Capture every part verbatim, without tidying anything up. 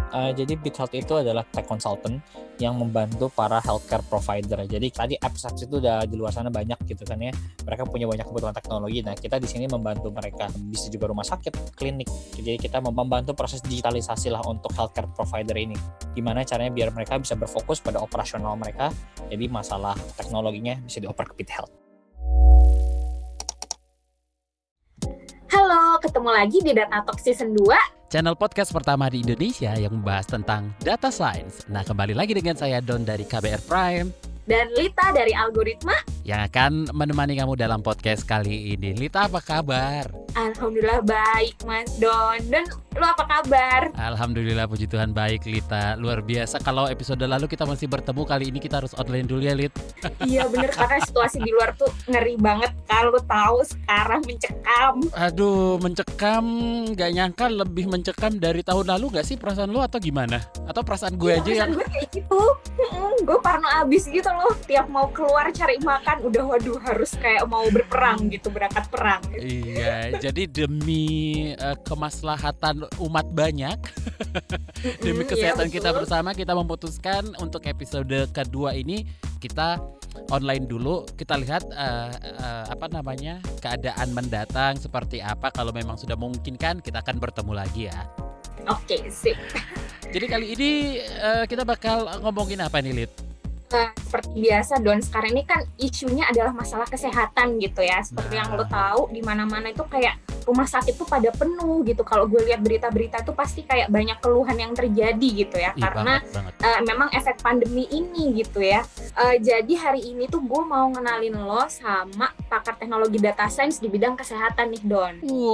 Uh, jadi BitHealth itu adalah tech consultant yang membantu para healthcare provider. Jadi tadi apps-apps itu udah di luar sana banyak gitu kan ya. Mereka punya banyak kebutuhan teknologi. Nah, kita di sini membantu mereka. Bisa juga rumah sakit, klinik. Jadi kita membantu proses digitalisasi lah untuk healthcare provider ini. Gimana caranya biar mereka bisa berfokus pada operasional mereka. Jadi masalah teknologinya bisa dioper ke BitHealth. Halo, ketemu lagi di Data Talk Season dua. Channel podcast pertama di Indonesia yang membahas tentang data science. Nah, kembali lagi dengan saya Don dari K B R Prime. Dan Lita dari Algoritma. Yang akan menemani kamu dalam podcast kali ini. Lita, apa kabar? Alhamdulillah baik, Mas Don. Dan lu apa kabar? Alhamdulillah, puji Tuhan baik, Lita. Luar biasa. Kalau episode lalu kita masih bertemu, kali ini kita harus online dulu ya, Lit. Iya bener, karena situasi di luar tuh ngeri banget. Kalau tahu sekarang mencekam. Aduh, mencekam. Gak nyangka lebih mencekam dari tahun lalu gak sih perasaan lu atau gimana? Atau perasaan gue ya, aja yang... Perasaan gue kayak gitu. Hmm, gue parno abis gitu loh. Tiap mau keluar cari makan, udah waduh harus kayak mau berperang gitu, berangkat perang. Gitu. Iya, jadi demi uh, kemaslahatan umat banyak, demi kesehatan iya, kita bersama, kita memutuskan untuk episode kedua ini kita online dulu. Kita lihat uh, uh, apa namanya keadaan mendatang seperti apa. Kalau memang sudah memungkinkan, kita akan bertemu lagi ya. Oke, sip. Jadi kali ini uh, kita bakal ngomongin apa nih, Lid? Nah, seperti biasa Don, sekarang ini kan isunya adalah masalah kesehatan gitu ya. Seperti nah. yang lo tahu, di mana-mana itu kayak rumah sakit tuh pada penuh gitu. Kalau gue lihat berita-berita tuh pasti kayak banyak keluhan yang terjadi gitu ya. Ih, karena banget, banget. Uh, memang efek pandemi ini gitu ya. Uh, jadi hari ini tuh gue mau ngenalin lo sama pakar teknologi data science di bidang kesehatan nih, Don.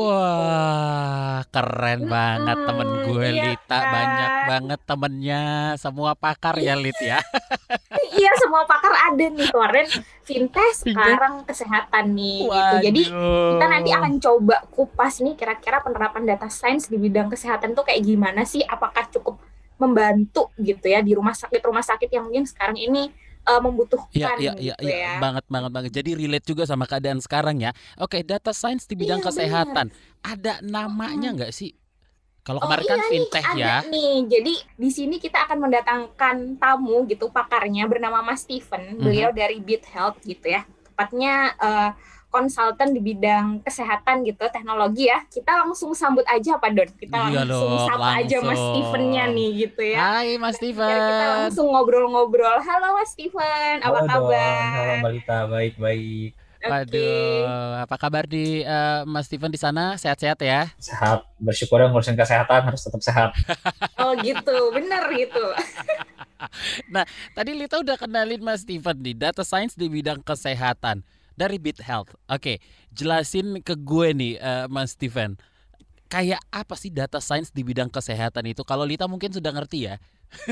Wah, keren hmm, banget temen gue, iya Lita. kan? Banyak banget temennya, semua pakar ya, Lit ya. Iya, semua pakar ada nih. Kemarin fintech, sekarang kesehatan nih. Gitu. Jadi kita nanti akan coba kupas nih kira-kira penerapan data science di bidang kesehatan tuh kayak gimana sih? Apakah cukup membantu gitu ya di rumah sakit-rumah sakit yang mungkin sekarang ini uh, membutuhkan ya, ya, gitu ya, ya. ya. Banget, banget, banget. Jadi relate juga sama keadaan sekarang ya. Oke, data science di bidang iya, kesehatan. Bener. Ada namanya nggak hmm. sih? Kalau oh, kemarin iya kan fintech nih, ya. Ada nih. Jadi di sini kita akan mendatangkan tamu gitu, pakarnya bernama Mas Steven. Beliau mm-hmm. dari BitHealth gitu ya. Tepatnya uh, konsultan di bidang kesehatan gitu, teknologi ya. Kita langsung sambut aja Pak Don. Kita iya langsung loh, sapa langsung. aja Mas Steven-nya nih gitu ya. Hai Mas Steven. Kita langsung ngobrol-ngobrol. Halo Mas Steven, apa Halo, kabar? Halo Mbak Lita, baik-baik. Waduh, okay. Apa kabar di uh, Mas Steven di sana? Sehat-sehat ya? Sehat, bersyukur ya ngurusin kesehatan harus tetap sehat. Oh gitu, bener gitu. Nah, tadi Lita udah kenalin Mas Steven di data science di bidang kesehatan dari BitHealth. Oke, okay, jelasin ke gue nih uh, Mas Steven. Kayak apa sih data science di bidang kesehatan itu? Kalau Lita mungkin sudah ngerti ya.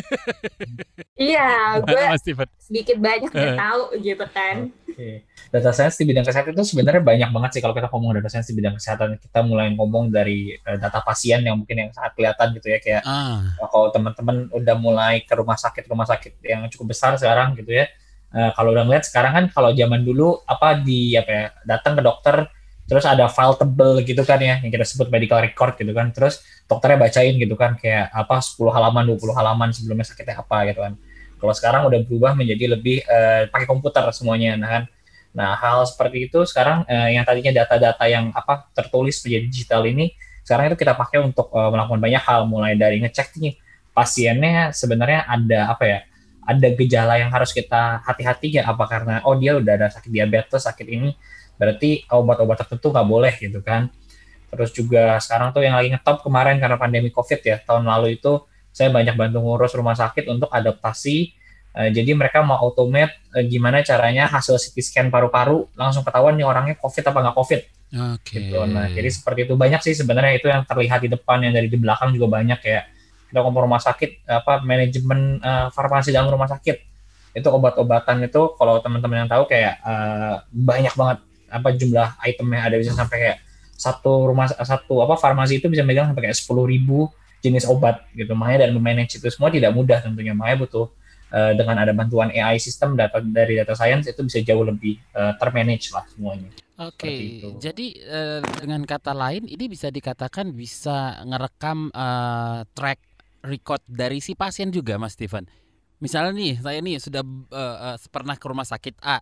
Iya, gue sedikit banyak udah tahu gitu kan. Oke, okay. Data science di bidang kesehatan itu sebenarnya banyak banget sih kalau kita ngomong data science di bidang kesehatan. Kita mulai ngomong dari uh, data pasien yang mungkin yang sangat kelihatan gitu ya, kayak ah. kalau teman-teman udah mulai ke rumah sakit rumah sakit yang cukup besar sekarang gitu ya. Uh, kalau udah ngeliat sekarang kan, kalau zaman dulu apa di apa ya, datang ke dokter terus ada file tebel gitu kan ya, yang kita sebut medical record gitu kan, terus dokternya bacain gitu kan, kayak apa sepuluh halaman, dua puluh halaman sebelumnya sakitnya apa gitu kan. Kalau sekarang udah berubah menjadi lebih uh, pakai komputer semuanya, nah kan. Nah, hal seperti itu sekarang uh, yang tadinya data-data yang apa tertulis menjadi digital ini, sekarang itu kita pakai untuk uh, melakukan banyak hal, mulai dari ngecek nih pasiennya sebenarnya ada apa ya, ada gejala yang harus kita hati-hati ya, apa karena oh dia udah ada sakit diabetes, sakit ini, berarti obat-obat tertentu nggak boleh gitu kan. Terus juga sekarang tuh yang lagi ngetop kemarin karena pandemi COVID ya, tahun lalu itu saya banyak bantu ngurus rumah sakit untuk adaptasi. Uh, jadi mereka mau automate uh, gimana caranya hasil C T scan paru-paru langsung ketahuan nih orangnya COVID apa nggak COVID. Oke. Okay. Gitu. Nah, jadi seperti itu banyak sih sebenarnya, itu yang terlihat di depan, yang dari di belakang juga banyak kayak kita ngomong rumah sakit, apa manajemen uh, farmasi dalam rumah sakit. Itu obat-obatan itu kalau teman-teman yang tahu kayak uh, banyak banget apa jumlah itemnya, ada bisa sampai kayak satu rumah satu apa farmasi itu bisa megang sampai kayak sepuluh ribu jenis obat gitu. Makanya dan memanage itu semua tidak mudah tentunya. Makanya butuh uh, dengan ada bantuan A I sistem data dari data science itu bisa jauh lebih uh, termanage lah semuanya. Oke, okay. Jadi uh, dengan kata lain ini bisa dikatakan bisa ngerekam uh, track record dari si pasien juga, Mas Steven. Misalnya nih, saya nih sudah uh, uh, pernah ke rumah sakit A.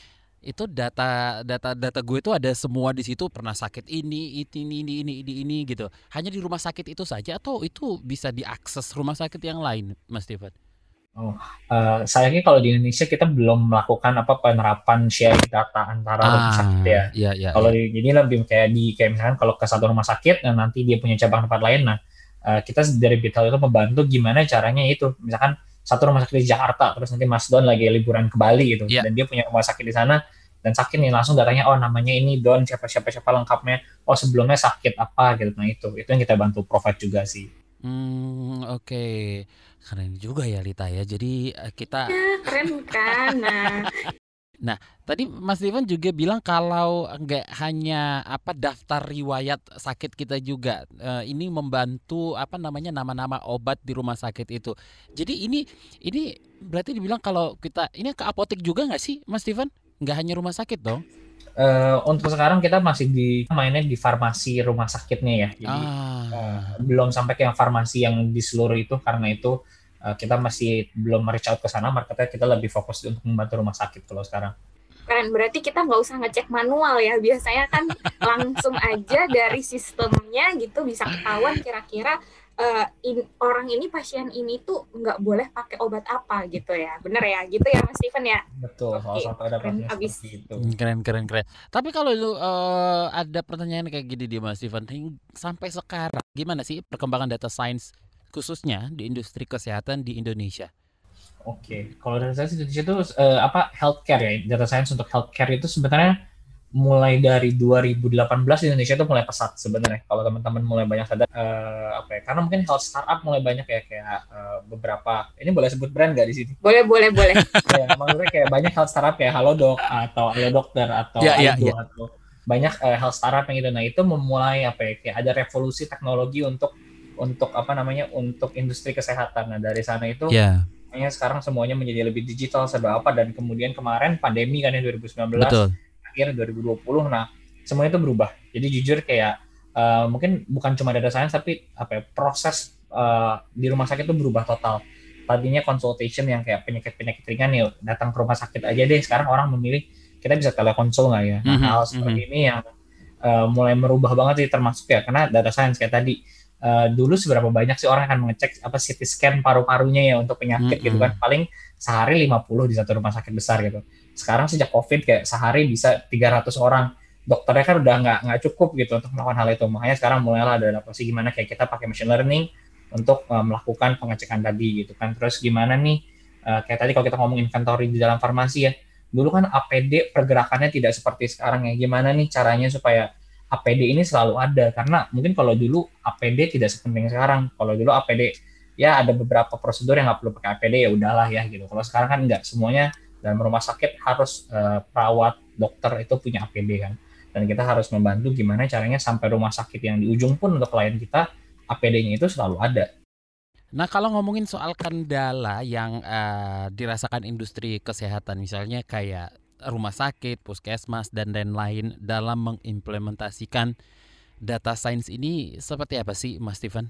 Itu data data data gue itu ada semua di situ, pernah sakit ini, ini, ini, ini, ini, ini gitu. Hanya di rumah sakit itu saja atau itu bisa diakses rumah sakit yang lain, Mas Steven? Oh, uh, sayangnya kalau di Indonesia kita belum melakukan apa penerapan sharing data antara ah, rumah sakit ya. Iya, iya, kalau iya. di, jadi lebih kayak di kayak misalkan kalau ke satu rumah sakit, nah nanti dia punya cabang tempat lain. Nah, uh, kita dari BitHealth itu membantu gimana caranya itu. Misalkan satu rumah sakit di Jakarta, terus nanti Mas Don lagi liburan ke Bali gitu, yeah. dan dia punya rumah sakit di sana dan sakit nih, langsung datanya oh namanya ini Don siapa siapa siapa lengkapnya, oh sebelumnya sakit apa gitu. Nah itu itu yang kita bantu provide juga sih. Hmm, oke. Okay. Keren juga ya Lita ya. Jadi kita ya, keren kan. Nah. Nah, tadi Mas Steven juga bilang kalau nggak hanya apa daftar riwayat sakit kita juga, uh, ini membantu apa namanya nama-nama obat di rumah sakit itu. Jadi ini ini berarti dibilang kalau kita ini ke apotek juga nggak sih, Mas Steven? Nggak hanya rumah sakit dong? Uh, untuk sekarang kita masih di mainnya di farmasi rumah sakitnya ya. Jadi ah. uh, belum sampai ke yang farmasi yang di seluruh itu, karena itu uh, kita masih belum reach out ke sana. Marketnya kita lebih fokus untuk membantu rumah sakit kalau sekarang. Keren, berarti kita nggak usah ngecek manual ya. Biasanya kan langsung aja dari sistemnya gitu bisa ketahuan kira-kira uh, in, orang ini, pasien ini tuh nggak boleh pakai obat apa gitu ya. Bener ya gitu ya Mas Steven ya? Betul, okay. Sampai ada keren, abis. Itu. Keren, keren, keren. Tapi kalau uh, ada pertanyaan kayak gini di Mas Steven, sampai sekarang gimana sih perkembangan data science khususnya di industri kesehatan di Indonesia? Oke, okay. Kalau data science di Indonesia itu uh, apa healthcare ya, data science untuk healthcare itu sebenarnya mulai dari dua ribu delapan belas di Indonesia itu mulai pesat sebenarnya. Kalau teman-teman mulai banyak sadar uh, apa ya? Karena mungkin health startup mulai banyak ya, kayak uh, beberapa. Ini boleh sebut brand nggak di sini? Boleh, boleh, boleh. Ya, maksudnya kayak banyak health startup kayak Halodoc atau Halo Dokter atau yeah, yeah, yeah. atau banyak uh, health startup yang itu. Nah itu memulai apa ya? Kayak ada revolusi teknologi untuk untuk apa namanya? Untuk industri kesehatan. Nah dari sana itu. Yeah. Makanya sekarang semuanya menjadi lebih digital serba apa, dan kemudian kemarin pandemi kan ya dua ribu sembilan belas. Betul. Akhir dua ribu dua puluh, nah semuanya itu berubah. Jadi jujur kayak uh, mungkin bukan cuma data science, tapi apa ya, proses uh, di rumah sakit itu berubah total. Tadinya consultation yang kayak penyakit-penyakit ringan ya datang ke rumah sakit aja deh, sekarang orang memilih kita bisa telekonsul nggak ya. Nah mm-hmm, hal seperti mm-hmm. ini yang uh, mulai merubah banget sih, termasuk ya karena data science kayak tadi. Uh, dulu seberapa banyak sih orang akan mengecek apa C T scan paru-parunya ya untuk penyakit mm-hmm. gitu kan, paling sehari lima puluh di satu rumah sakit besar gitu. Sekarang sejak COVID kayak sehari bisa tiga ratus orang, dokternya kan udah nggak nggak cukup gitu untuk melakukan hal itu. Makanya sekarang mulailah ada adaptasi gimana kayak kita pakai machine learning untuk uh, melakukan pengecekan tadi gitu kan. Terus gimana nih uh, kayak tadi kalau kita ngomong inventory di dalam farmasi ya, dulu kan A P D pergerakannya tidak seperti sekarang ya. Gimana nih caranya supaya A P D ini selalu ada, karena mungkin kalau dulu A P D tidak sepenting sekarang. Kalau dulu A P D ya ada beberapa prosedur yang nggak perlu pakai A P D ya udahlah ya gitu. Kalau sekarang kan nggak, semuanya dalam rumah sakit harus uh, perawat, dokter itu punya A P D kan. Dan kita harus membantu gimana caranya sampai rumah sakit yang di ujung pun untuk klien kita A P D-nya itu selalu ada. Nah kalau ngomongin soal kendala yang uh, dirasakan industri kesehatan, misalnya kayak rumah sakit, puskesmas, dan lain-lain dalam mengimplementasikan data science ini seperti apa sih Mas Steven?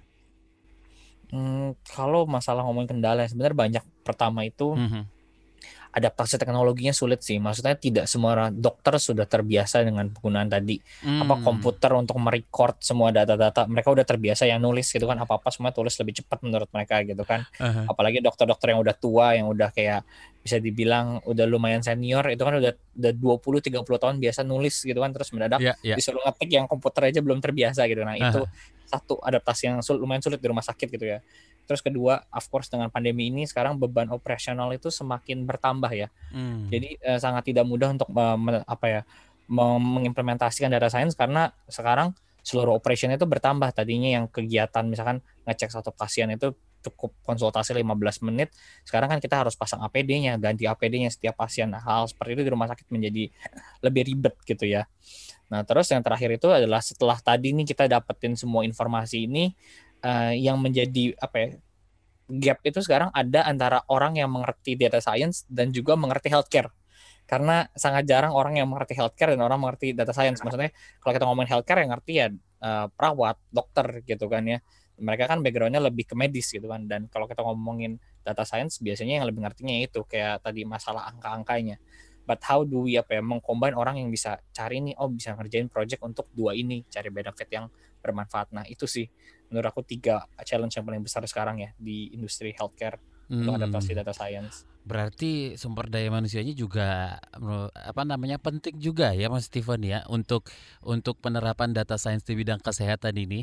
Hmm, kalau masalah ngomongin kendala sebenarnya banyak. Pertama itu mm-hmm. adaptasi teknologinya sulit sih. Maksudnya tidak semua dokter sudah terbiasa dengan penggunaan tadi hmm. apa komputer untuk merecord semua data-data. Mereka udah terbiasa yang nulis gitu kan, apa-apa semua tulis lebih cepat menurut mereka gitu kan. Uh-huh. Apalagi dokter-dokter yang udah tua, yang udah kayak bisa dibilang udah lumayan senior, itu kan udah udah dua puluh tiga puluh tahun biasa nulis gitu kan, terus mendadak yeah, yeah. disuruh ngetik yang komputer aja belum terbiasa gitu. Nah, uh-huh. itu satu adaptasi yang sulit, lumayan sulit di rumah sakit gitu ya. Terus kedua, of course dengan pandemi ini sekarang beban operasional itu semakin bertambah ya. Hmm. Jadi eh, sangat tidak mudah untuk uh, me, apa ya mengimplementasikan data science, karena sekarang seluruh operation itu bertambah. Tadinya yang kegiatan misalkan ngecek satu pasien itu cukup konsultasi lima belas menit, sekarang kan kita harus pasang A P D-nya, ganti A P D-nya setiap pasien. Hal seperti itu di rumah sakit menjadi lebih ribet gitu ya. Nah terus yang terakhir itu adalah setelah tadi nih kita dapetin semua informasi ini, Uh, yang menjadi apa ya, gap itu sekarang ada antara orang yang mengerti data science dan juga mengerti healthcare. Karena sangat jarang orang yang mengerti healthcare dan orang mengerti data science. Maksudnya kalau kita ngomongin healthcare yang ngerti ya uh, perawat, dokter gitu kan ya. mereka kan backgroundnya lebih ke medis gitu kan. Dan kalau kita ngomongin data science biasanya yang lebih ngertinya itu kayak tadi masalah angka-angkanya. But how do we apa ya mengcombine orang yang bisa cari nih, oh bisa ngerjain project untuk dua ini, cari benefit yang bermanfaat. Nah itu sih menurut aku tiga challenge yang paling besar sekarang ya di industri healthcare hmm. untuk adaptasi data science. Berarti sumber daya manusianya juga apa namanya penting juga ya Mas Steven ya untuk untuk penerapan data science di bidang kesehatan ini.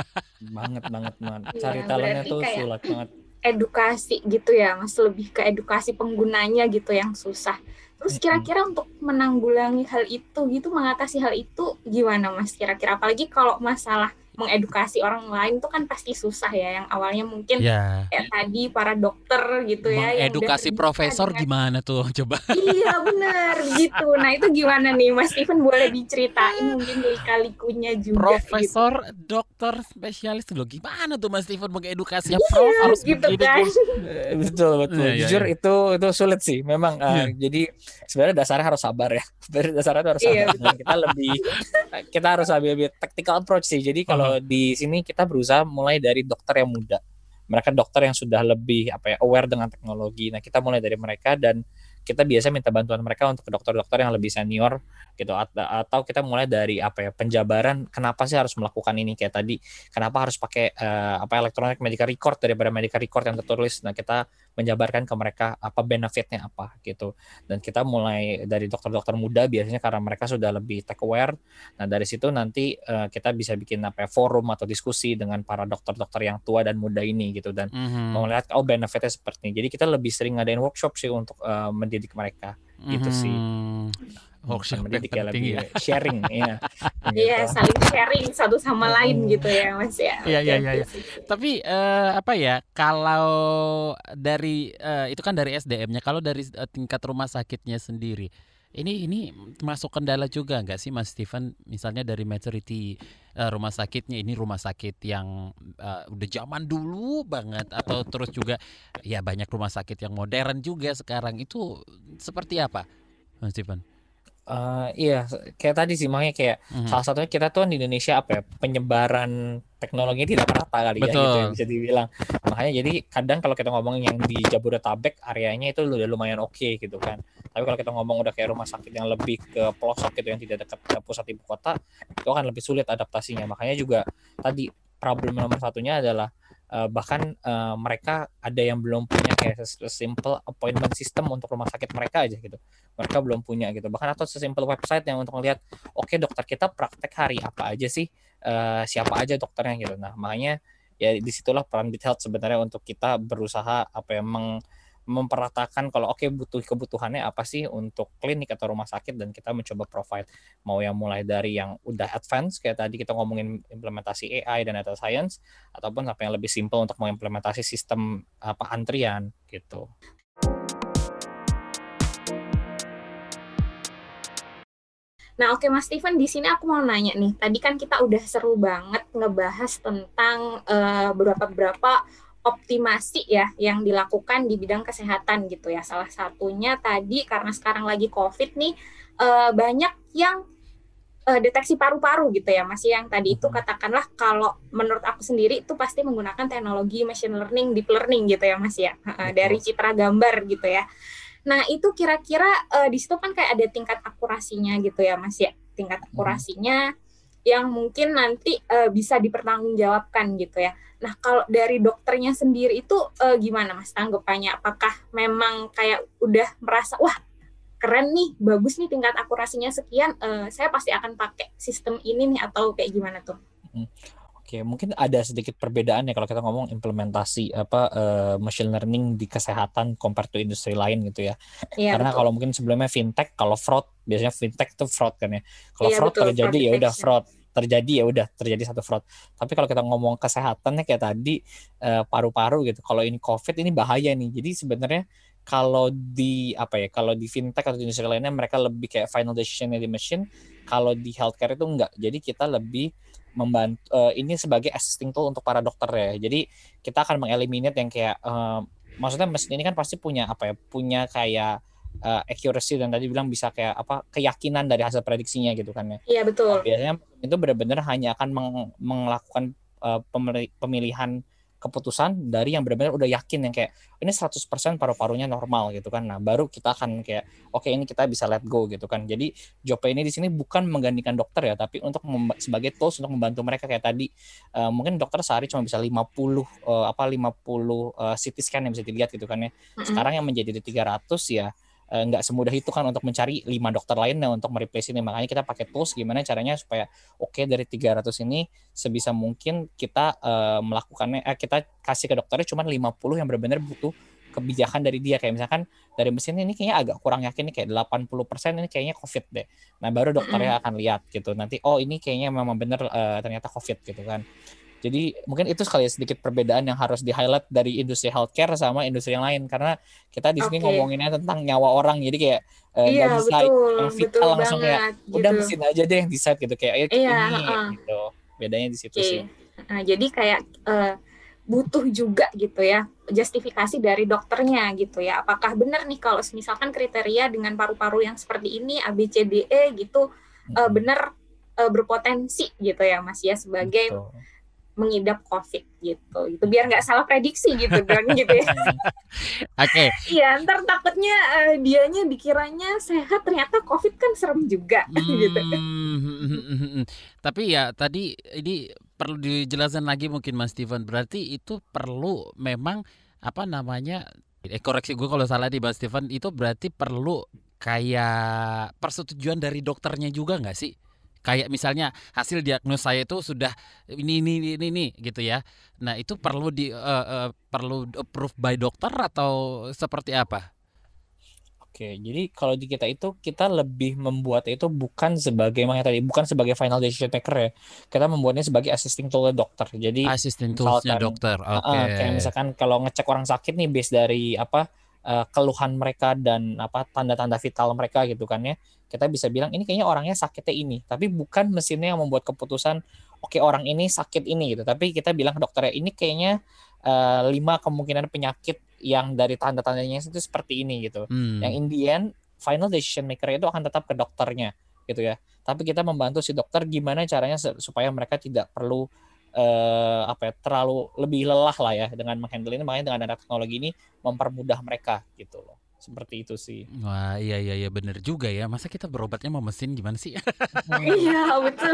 banget banget banget. Cari ya, talentnya tuh sulit banget. Edukasi gitu ya Mas, lebih ke edukasi penggunanya gitu yang susah. Terus kira-kira untuk menanggulangi hal itu gitu, mengatasi hal itu gimana Mas kira-kira? Apalagi kalau masalah mengedukasi orang lain itu kan pasti susah ya, yang awalnya mungkin ya. Kayak tadi para dokter gitu ya. Mengedukasi profesor dengan... gimana tuh coba? Iya benar gitu. Nah itu gimana nih Mas Steven, boleh diceritain mungkin lika-likunya juga. Profesor, gitu. Dokter, spesialis loh gimana tuh Mas Steven mengedukasi iya, prof harus gitu kan? betul betul. Ya, Jujur ya, ya. itu itu sulit sih memang. Uh, ya. Jadi sebenarnya dasarnya harus sabar ya. Sebenarnya dasarnya harus sabar. Iya, kita lebih kita harus lebih tactical approach sih. Jadi kalau uh-huh. di sini kita berusaha mulai dari dokter yang muda. Mereka dokter yang sudah lebih apa ya aware dengan teknologi. Nah, kita mulai dari mereka dan kita biasa minta bantuan mereka untuk ke dokter-dokter yang lebih senior gitu, atau kita mulai dari apa ya penjabaran kenapa sih harus melakukan ini, kayak tadi kenapa harus pakai uh, apa electronic medical record daripada medical record yang tertulis. Nah, kita menjabarkan ke mereka apa benefitnya apa gitu. Dan kita mulai dari dokter-dokter muda biasanya karena mereka sudah lebih tech aware. Nah, dari situ nanti uh, kita bisa bikin apa ya, forum atau diskusi dengan para dokter-dokter yang tua dan muda ini gitu, dan mm-hmm. melihat oh benefitnya seperti ini. Jadi kita lebih sering ngadain workshop sih untuk uh, mendidik mereka gitu mm-hmm. sih. Workshop mendidik yang penting ya, lebih ya. sharing ya. Iya, saling sharing satu sama hmm. lain gitu ya Mas ya. Iya iya iya. Ya. Tapi uh, apa ya kalau dari uh, itu kan dari S D M-nya, kalau dari uh, tingkat rumah sakitnya sendiri, ini ini masuk kendala juga nggak sih Mas Steven? Misalnya dari maturity uh, rumah sakitnya, ini rumah sakit yang uh, udah zaman dulu banget, atau terus juga ya banyak rumah sakit yang modern juga sekarang, itu seperti apa Mas Steven? Uh, iya, kayak tadi sih makanya kayak mm-hmm. salah satunya kita tuh di Indonesia apa ya penyebaran teknologinya tidak merata kali ya gitu ya, bisa dibilang. Makanya jadi kadang kalau kita ngomongin yang di Jabodetabek areanya itu udah lumayan oke okay, gitu kan. Tapi kalau kita ngomong udah kayak rumah sakit yang lebih ke pelosok gitu yang tidak dekat ke pusat ibu kota, itu akan lebih sulit adaptasinya. Makanya juga tadi problem nomor satunya adalah Uh, bahkan uh, mereka ada yang belum punya kayak simple appointment system untuk rumah sakit mereka aja gitu. Mereka belum punya gitu. Bahkan atau sesimpel website yang untuk melihat, oke okay, dokter kita praktek hari apa aja sih, uh, siapa aja dokternya gitu. Nah makanya ya disitulah peran Bit Health sebenarnya untuk kita berusaha apa ya meng memperatakan kalau oke okay, butuh kebutuhannya apa sih untuk klinik atau rumah sakit, dan kita mencoba provide mau yang mulai dari yang udah advance kayak tadi kita ngomongin implementasi A I dan data science, ataupun apa yang lebih simple untuk mengimplementasi sistem apa antrian gitu. Nah, oke Mas Steven, di sini aku mau nanya nih. Tadi kan kita udah seru banget ngebahas tentang uh, beberapa-beberapa optimasi ya yang dilakukan di bidang kesehatan gitu ya. Salah satunya tadi karena sekarang lagi COVID nih uh, banyak yang uh, deteksi paru-paru gitu ya Mas, yang tadi itu katakanlah kalau menurut aku sendiri itu pasti menggunakan teknologi machine learning, deep learning gitu ya Mas ya, uh, dari citra gambar gitu ya. Nah itu kira-kira uh, di situ kan kayak ada tingkat akurasinya gitu ya Mas ya, tingkat akurasinya yang mungkin nanti uh, bisa dipertanggungjawabkan gitu ya. Nah, kalau dari dokternya sendiri itu uh, gimana Mas tanggapannya? Apakah memang kayak udah merasa, wah keren nih, bagus nih tingkat akurasinya sekian, uh, saya pasti akan pakai sistem ini nih, atau kayak gimana tuh? Hmm. Oke, mungkin ada sedikit perbedaan ya kalau kita ngomong implementasi apa uh, machine learning di kesehatan compare to industri lain gitu ya. Ya Karena betul. Kalau mungkin sebelumnya fintech, kalau fraud biasanya fintech itu fraud kan ya. Kalau ya, fraud betul, terjadi ya udah fraud. terjadi ya udah terjadi satu fraud. Tapi kalau kita ngomong kesehatannya kayak tadi uh, paru-paru gitu. Kalau ini COVID ini bahaya nih. Jadi sebenarnya kalau di apa ya, kalau di fintech atau di industri lainnya mereka lebih kayak final decision-nya di machine. Kalau di healthcare itu enggak. Jadi kita lebih membantu uh, ini sebagai assisting tool untuk para dokter ya. Jadi kita akan mengeliminate yang kayak uh, maksudnya mesin ini kan pasti punya apa ya? Punya kayak Uh, accuracy dan tadi bilang bisa kayak apa keyakinan dari hasil prediksinya gitu kan ya. Iya betul. Nah, biasanya itu benar-benar hanya akan meng- melakukan uh, pemilihan keputusan dari yang benar-benar udah yakin yang kayak ini seratus persen paru-parunya normal gitu kan. Nah, baru kita akan kayak oke okay, ini kita bisa let go gitu kan. Jadi Jope ini di sini bukan menggantikan dokter ya, tapi untuk mem- sebagai tools untuk membantu mereka kayak tadi uh, mungkin dokter sehari cuma bisa lima puluh uh, apa lima puluh uh, C T scan yang bisa dilihat gitu kan ya. Mm-hmm. Sekarang yang menjadi di tiga ratus ya nggak uh, semudah itu kan untuk mencari lima dokter lainnya untuk mereplace ini. Makanya kita pakai tools gimana caranya supaya oke okay, dari tiga ratus ini sebisa mungkin kita uh, melakukannya eh, kita kasih ke dokternya cuma lima puluh yang benar-benar butuh kebijakan dari dia. Kayak misalkan dari mesin ini kayaknya agak kurang yakin nih, kayak delapan puluh persen ini kayaknya COVID deh. Nah, baru dokternya akan lihat gitu. Nanti oh ini kayaknya memang benar uh, ternyata COVID gitu kan. Jadi mungkin itu sekali sedikit perbedaan yang harus di-highlight dari industri healthcare sama industri yang lain, karena kita di sini okay. ngomonginnya tentang nyawa orang, jadi kayak nggak uh, iya, bisa betul, yang vital langsung banget, kayak gitu. udah mesin aja deh yang decide gitu kayak ayo iya, ini uh. gitu. Bedanya di situ okay. sih. Nah, jadi kayak uh, butuh juga gitu ya justifikasi dari dokternya gitu ya. Apakah benar nih kalau misalkan kriteria dengan paru-paru yang seperti ini A B C D E gitu hmm. uh, benar uh, berpotensi gitu ya Mas ya sebagai Betul. mengidap COVID gitu, gitu biar nggak salah prediksi gitu kan gitu ya. Oke. Iya, ntar takutnya uh, dianya dikiranya sehat ternyata COVID kan serem juga hmm, gitu. Tapi ya tadi ini perlu dijelaskan lagi mungkin Mas Steven, berarti itu perlu memang apa namanya? Eh koreksi gue kalau salah nih Mas Steven, itu berarti perlu kayak persetujuan dari dokternya juga nggak sih? Kayak misalnya hasil diagnosa saya itu sudah ini ini ini ini gitu ya. Nah, itu perlu di uh, uh, perlu approved by dokter atau seperti apa? Oke, jadi kalau di kita itu kita lebih membuat itu bukan sebagai makanya tadi bukan sebagai final decision maker ya. Kita membuatnya sebagai assisting tool dokter. Jadi assisting toolsnya dokter. Oke. Okay. Uh, kayak misalkan kalau ngecek orang sakit nih base dari apa uh, keluhan mereka dan apa tanda-tanda vital mereka gitu kan ya. Kita bisa bilang ini kayaknya orangnya sakitnya ini, tapi bukan mesinnya yang membuat keputusan oke okay, orang ini sakit ini gitu. Tapi kita bilang ke dokternya ini kayaknya uh, lima kemungkinan penyakit yang dari tanda-tandanya itu seperti ini gitu. Hmm. Yang in the end final decision maker itu akan tetap ke dokternya gitu ya. Tapi kita membantu si dokter gimana caranya supaya mereka tidak perlu uh, apa ya terlalu lebih lelah lah ya dengan menghandle ini. Makanya dengan ada teknologi ini mempermudah mereka gitu loh. Seperti itu sih. Wah iya iya iya benar juga ya. Masa kita berobatnya mau mesin gimana sih? Iya betul.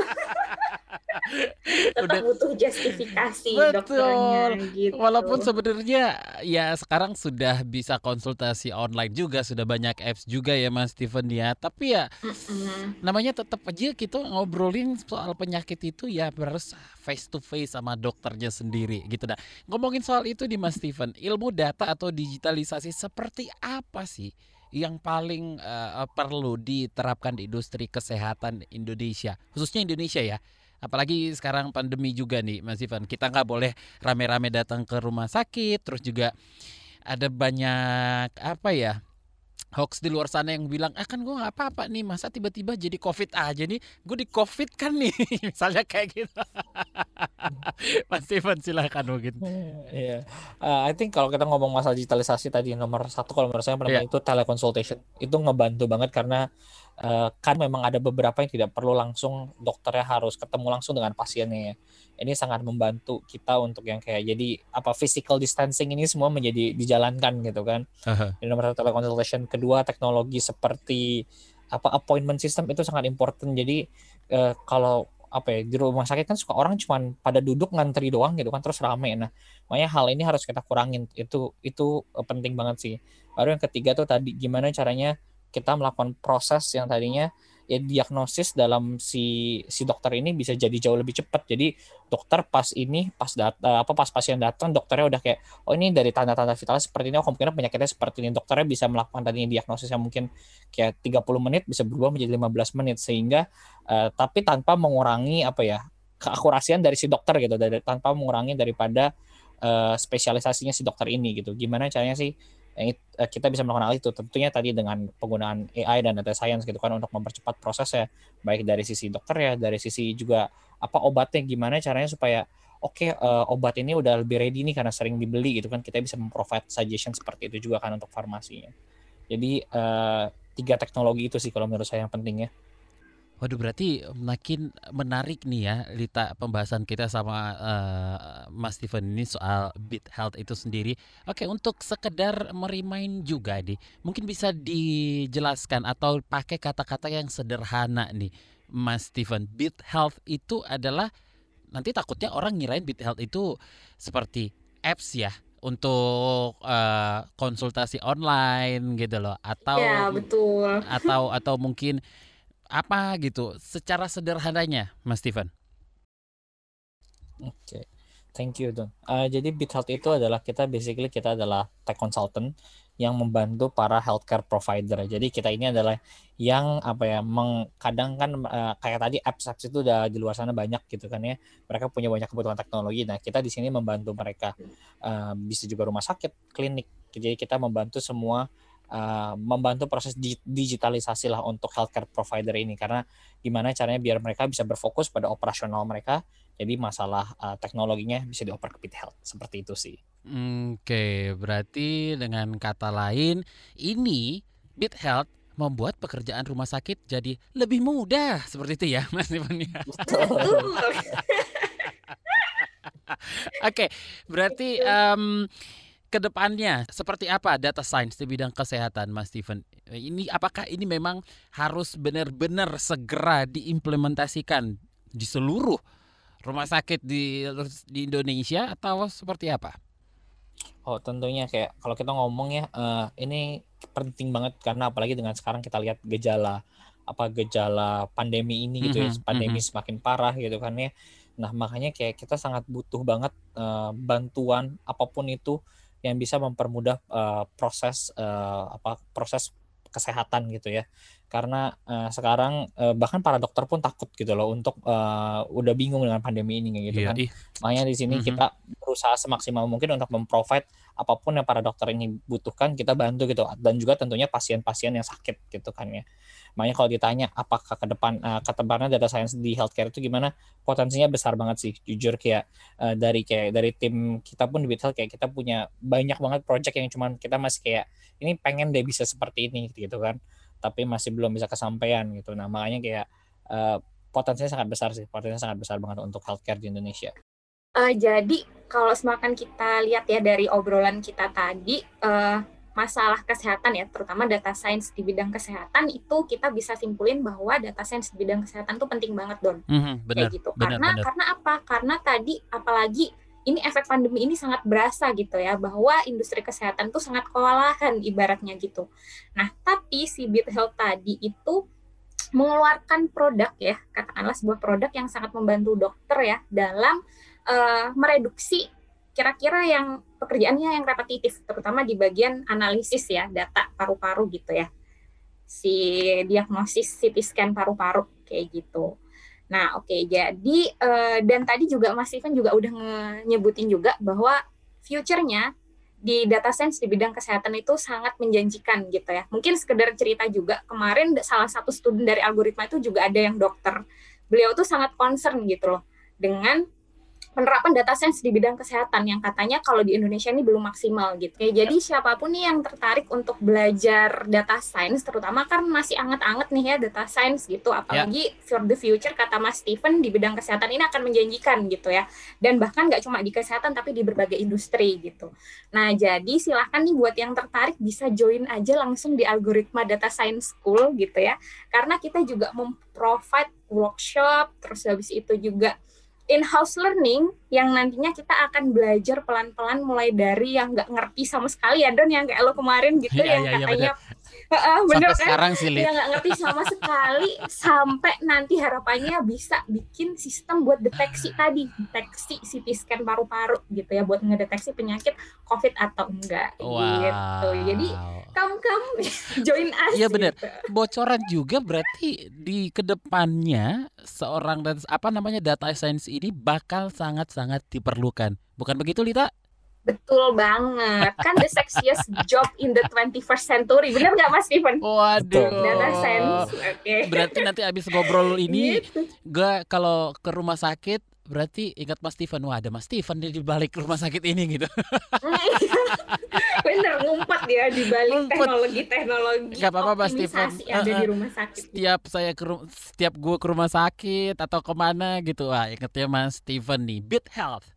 Tetap butuh justifikasi betul. Dokternya gitu. Walaupun sebenarnya ya sekarang sudah bisa konsultasi online juga, sudah banyak apps juga ya Mas Steven ya. Tapi ya Mm-mm. namanya tetap aja kita ngobrolin soal penyakit itu ya harus face to face sama dokternya sendiri gitu dah. Ngomongin soal itu di Mas Steven, ilmu data atau digitalisasi seperti apa sih yang paling uh, perlu diterapkan di industri kesehatan Indonesia, khususnya Indonesia ya? Apalagi sekarang pandemi juga nih Mas Ivan, kita nggak boleh rame-rame datang ke rumah sakit, terus juga ada banyak apa ya hoax di luar sana yang bilang ah kan gue nggak apa-apa nih, masa tiba-tiba jadi COVID aja nih, gue di COVID kan nih misalnya kayak gitu. Mas Ivan silahkan mungkin. Iya, yeah. uh, I think kalau kita ngomong masalah digitalisasi tadi nomor satu kalau menurut saya yeah. itu teleconsultation itu ngebantu banget karena Uh, kan memang ada beberapa yang tidak perlu langsung dokternya harus ketemu langsung dengan pasiennya ya. Ini sangat membantu kita untuk yang kayak jadi apa physical distancing ini semua menjadi dijalankan gitu kan. Uh-huh. Di nomor satu teleconsultation, kedua teknologi seperti apa appointment system itu sangat important. Jadi uh, kalau apa ya di rumah sakit kan suka orang cuma pada duduk ngantri doang gitu kan terus rame. Nah, makanya hal ini harus kita kurangin. Itu itu uh, penting banget sih. Baru yang ketiga tuh tadi gimana caranya kita melakukan proses yang tadinya ya diagnosis dalam si si dokter ini bisa jadi jauh lebih cepat. Jadi dokter pas ini pas data apa pas pasien datang dokternya udah kayak oh ini dari tanda-tanda vitalnya seperti ini, oh kemungkinan penyakitnya seperti ini. Dokternya bisa melakukan tadinya diagnosis yang mungkin kayak tiga puluh menit bisa berubah menjadi lima belas menit sehingga uh, tapi tanpa mengurangi apa ya keakurasian dari si dokter gitu, dari, tanpa mengurangi daripada uh, spesialisasinya si dokter ini gitu. Gimana caranya sih kita bisa melakukan hal itu tentunya tadi dengan penggunaan A I dan data science gitu kan untuk mempercepat prosesnya baik dari sisi dokter ya, dari sisi juga apa obatnya gimana caranya supaya oke okay, uh, obat ini udah lebih ready nih karena sering dibeli gitu kan, kita bisa memprovide suggestion seperti itu juga kan untuk farmasinya. Jadi uh, tiga teknologi itu sih kalau menurut saya yang penting ya. Waduh, berarti makin menarik nih ya, Lita, pembahasan kita sama uh, Mas Steven ini soal Bit Health itu sendiri. Oke, untuk sekedar merimain juga nih, mungkin bisa dijelaskan atau pakai kata-kata yang sederhana nih, Mas Steven. Bit Health itu adalah, nanti takutnya orang ngirain Bit Health itu seperti apps ya, untuk uh, konsultasi online gitu loh, atau Ya, betul. atau atau mungkin apa gitu secara sederhananya, Mas Steven. Oke, okay. Thank you Don. Uh, jadi Bit Health itu adalah kita basically kita adalah tech consultant yang membantu para healthcare provider. Jadi kita ini adalah yang apa ya, meng, kadang kan uh, kayak tadi apps-apps itu udah di luar sana banyak gitu kan ya. Mereka punya banyak kebutuhan teknologi. Nah kita di sini membantu mereka. Uh, bisa juga rumah sakit, klinik. Jadi kita membantu semua. Uh, membantu proses digitalisasi lah untuk healthcare provider ini, karena gimana caranya biar mereka bisa berfokus pada operasional mereka, jadi masalah uh, teknologinya bisa dioper ke Bit Health, seperti itu sih. Oke, okay, berarti dengan kata lain ini Bit Health membuat pekerjaan rumah sakit jadi lebih mudah, seperti itu ya, Mas Steven. Oke, berarti um, kedepannya seperti apa data science di bidang kesehatan, Mas Steven? Ini apakah ini memang harus benar-benar segera diimplementasikan di seluruh rumah sakit di di Indonesia atau seperti apa? Oh tentunya kayak kalau kita ngomong ya uh, ini penting banget, karena apalagi dengan sekarang kita lihat gejala apa gejala pandemi ini gitu mm-hmm, ya, pandemi mm-hmm. semakin parah gitu kan ya. Nah makanya kayak kita sangat butuh banget uh, bantuan apapun itu yang bisa mempermudah uh, proses uh, apa proses kesehatan gitu ya, karena uh, sekarang uh, bahkan para dokter pun takut gitu loh untuk uh, udah bingung dengan pandemi ini gitu yeah, kan. Makanya di sini mm-hmm. kita berusaha semaksimal mungkin untuk memprovide apapun yang para dokter ini butuhkan, kita bantu gitu, dan juga tentunya pasien-pasien yang sakit gitu kan ya. Makanya kalau ditanya apakah ke depan uh, ke depannya data science di healthcare itu gimana, potensinya besar banget sih jujur, kayak uh, dari kayak dari tim kita pun di Bit Health kayak kita punya banyak banget project yang cuman kita masih kayak ini pengen deh bisa seperti ini gitu kan, tapi masih belum bisa kesampaian gitu. Nah makanya kayak uh, potensinya sangat besar sih, potensinya sangat besar banget untuk healthcare di Indonesia. Uh, jadi kalau semakin kita lihat ya dari obrolan kita tadi, uh, masalah kesehatan ya, terutama data science di bidang kesehatan itu kita bisa simpulin bahwa data science di bidang kesehatan tuh penting banget, Don. Mm-hmm, benar, kayak gitu. Benar, karena benar. karena apa? Karena tadi apalagi ini efek pandemi ini sangat berasa gitu ya, bahwa industri kesehatan tuh sangat kewalahan ibaratnya gitu. Nah, tapi si Bit Health tadi itu mengeluarkan produk ya, katakanlah sebuah produk yang sangat membantu dokter ya dalam uh, mereduksi kira-kira yang pekerjaannya yang repetitif, terutama di bagian analisis ya, data paru-paru gitu ya. Si diagnosis C T scan paru-paru kayak gitu. Nah, oke, okay, jadi uh, dan tadi juga Mas Steven juga udah nyebutin juga bahwa future-nya di data science di bidang kesehatan itu sangat menjanjikan gitu ya. Mungkin sekedar cerita juga, kemarin salah satu studi dari algoritma itu juga ada yang dokter. Beliau tuh sangat concern gitu loh dengan penerapan data science di bidang kesehatan yang katanya kalau di Indonesia ini belum maksimal gitu. Oke, jadi siapapun nih yang tertarik untuk belajar data science, terutama kan masih anget-anget nih ya data science gitu, apalagi yeah. for the future kata Mas Steven di bidang kesehatan ini akan menjanjikan gitu ya. Dan bahkan nggak cuma di kesehatan tapi di berbagai industri gitu. Nah, jadi silahkan nih buat yang tertarik bisa join aja langsung di Algoritma Data Science School gitu ya. Karena kita juga memprovide workshop, terus habis itu juga in-house learning yang nantinya kita akan belajar pelan-pelan mulai dari yang nggak ngerti sama sekali ya Don, yang kayak lo kemarin gitu ya, yang ya, katanya ya, uh, bener kan sekarang sih, yang nggak ngerti sama sekali sampai nanti harapannya bisa bikin sistem buat deteksi tadi, deteksi C T scan paru-paru gitu ya, buat ngedeteksi penyakit COVID atau enggak wow. gitu. Jadi kamu-kamu join us. Iya benar. Gitu. Bocoran juga berarti di kedepannya seorang dan apa namanya data science ini bakal sangat-sangat diperlukan. Bukan begitu, Lita? Betul banget. Kan the sexiest job in the twenty-first century. Benar nggak Mas Steven? Waduh. Data science. Oke. Okay. Berarti nanti abis ngobrol ini, gitu. Gue kalau ke rumah sakit berarti ingat Mas Steven. Wah, ada Mas Steven di balik rumah sakit ini gitu. Bener, ngumpet dia di balik teknologi-teknologi Gak apa-apa Mas Steven. yang ada di rumah sakit. Setiap saya ke ru- setiap gue ke rumah sakit atau kemana gitu, wah ingetnya Mas Steven nih, Bit Health.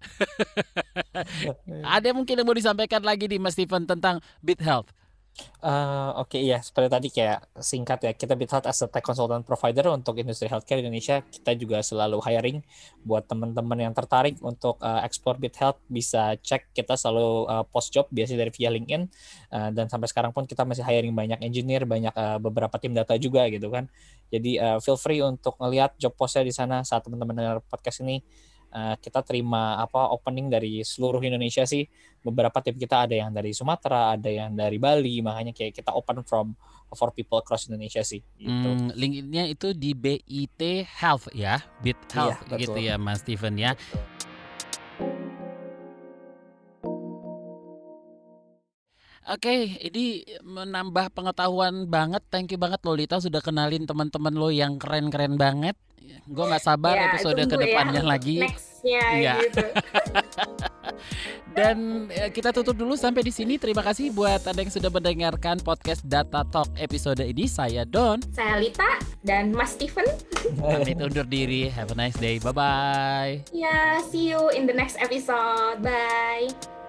Ada mungkin yang mau disampaikan lagi nih Mas Steven tentang Bit Health? Uh, Oke okay, ya seperti tadi kayak singkat ya, kita BitHealth as a tech consultant provider untuk industri healthcare di Indonesia. Kita juga selalu hiring buat teman-teman yang tertarik untuk uh, ekspor BitHealth, bisa cek kita selalu uh, post job biasanya dari via LinkedIn, uh, dan sampai sekarang pun kita masih hiring banyak engineer, banyak uh, beberapa tim data juga gitu kan. Jadi uh, feel free untuk ngelihat job postnya di sana saat teman-teman dengar podcast ini. Uh, kita terima apa opening dari seluruh Indonesia sih. Beberapa tim kita ada yang dari Sumatera, ada yang dari Bali, makanya kayak kita open from for people across Indonesia sih. Gitu. Hmm, LinkedIn-nya itu di B I T Health ya, Bit Health iya, gitu ya Mas Steven ya. Oke, okay, ini menambah pengetahuan banget. Thank you banget Lolita sudah kenalin teman-teman lo yang keren-keren banget. Gue nggak sabar ya, episode kedepannya ya, lagi. Nextnya ya. Gitu. Dan ya, kita tutup dulu sampai di sini. Terima kasih buat Anda yang sudah mendengarkan podcast Data Talk episode ini. Saya Don, saya Lita, dan Mas Steven. Pamit undur diri. Have a nice day. Bye bye. Ya, yeah, see you in the next episode. Bye.